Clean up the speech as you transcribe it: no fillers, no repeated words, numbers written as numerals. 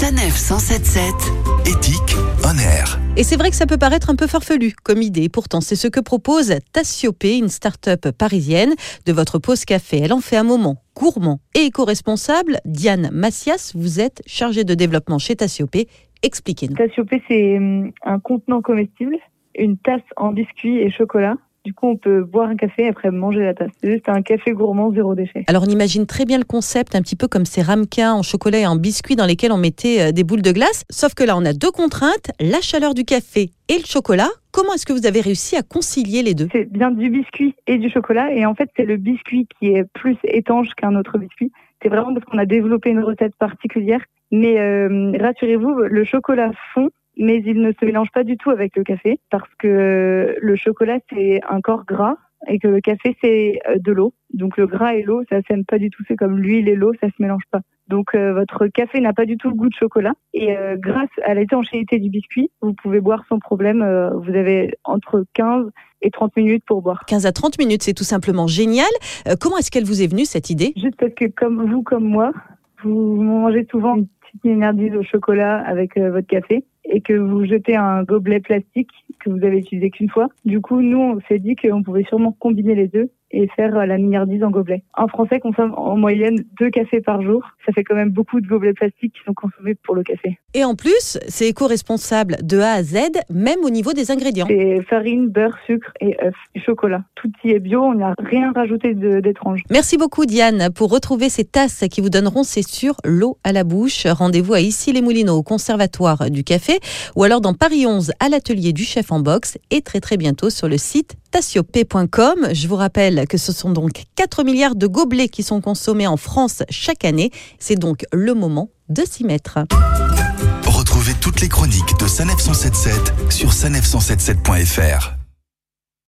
Sanef 177. Éthique on air. Et c'est vrai que ça peut paraître un peu farfelu comme idée. Pourtant, c'est ce que propose Tassiope, une start-up parisienne. De votre pause café, elle en fait un moment gourmand et éco-responsable. Diane Massias, vous êtes chargée de développement chez Tassiope. Expliquez-nous. Tassiope, c'est un contenant comestible, une tasse en biscuits et chocolat. Du coup, on peut boire un café et après manger la tasse. C'est juste un café gourmand, zéro déchet. Alors, on imagine très bien le concept, un petit peu comme ces ramequins en chocolat et en biscuits dans lesquels on mettait des boules de glace. Sauf que là, on a deux contraintes, la chaleur du café et le chocolat. Comment est-ce que vous avez réussi à concilier les deux ? C'est bien du biscuit et du chocolat. Et en fait, c'est le biscuit qui est plus étanche qu'un autre biscuit. C'est vraiment parce qu'on a développé une recette particulière. Mais rassurez-vous, le chocolat fond, mais il ne se mélange pas du tout avec le café parce que le chocolat, c'est un corps gras et que le café, c'est de l'eau. Donc le gras et l'eau, ça s'aime pas du tout. C'est comme l'huile et l'eau, ça se mélange pas. Donc votre café n'a pas du tout le goût de chocolat. Et grâce à l'étanchéité du biscuit, vous pouvez boire sans problème. Vous avez entre 15 et 30 minutes pour boire. 15 à 30 minutes, c'est tout simplement génial. Comment est-ce qu'elle vous est venue, cette idée ? Juste parce que comme vous, comme moi, vous mangez souvent une petite mignardise au chocolat avec votre café et que vous jetez un gobelet plastique que vous avez utilisé qu'une fois. Du coup, nous, on s'est dit qu'on pouvait sûrement combiner les deux et faire la mignardise en gobelet. Un Français consomme en moyenne 2 cafés par jour. Ça fait quand même beaucoup de gobelets plastiques qui sont consommés pour le café. Et en plus, c'est éco-responsable de A à Z, même au niveau des ingrédients. C'est farine, beurre, sucre et œufs, et chocolat. Tout y est bio, on n'a rien rajouté d'étrange. Merci beaucoup Diane. Pour retrouver ces tasses qui vous donneront, c'est sûr, l'eau à la bouche, rendez-vous à Issy-les-Moulineaux au Conservatoire du Café ou alors dans Paris 11 à l'atelier du chef en boxe et très très bientôt sur le site tassiope.com. Je vous rappelle que ce sont donc 4 milliards de gobelets qui sont consommés en France chaque année. C'est donc le moment de s'y mettre. Retrouvez toutes les chroniques de Sanef 177 sur sanef177.fr.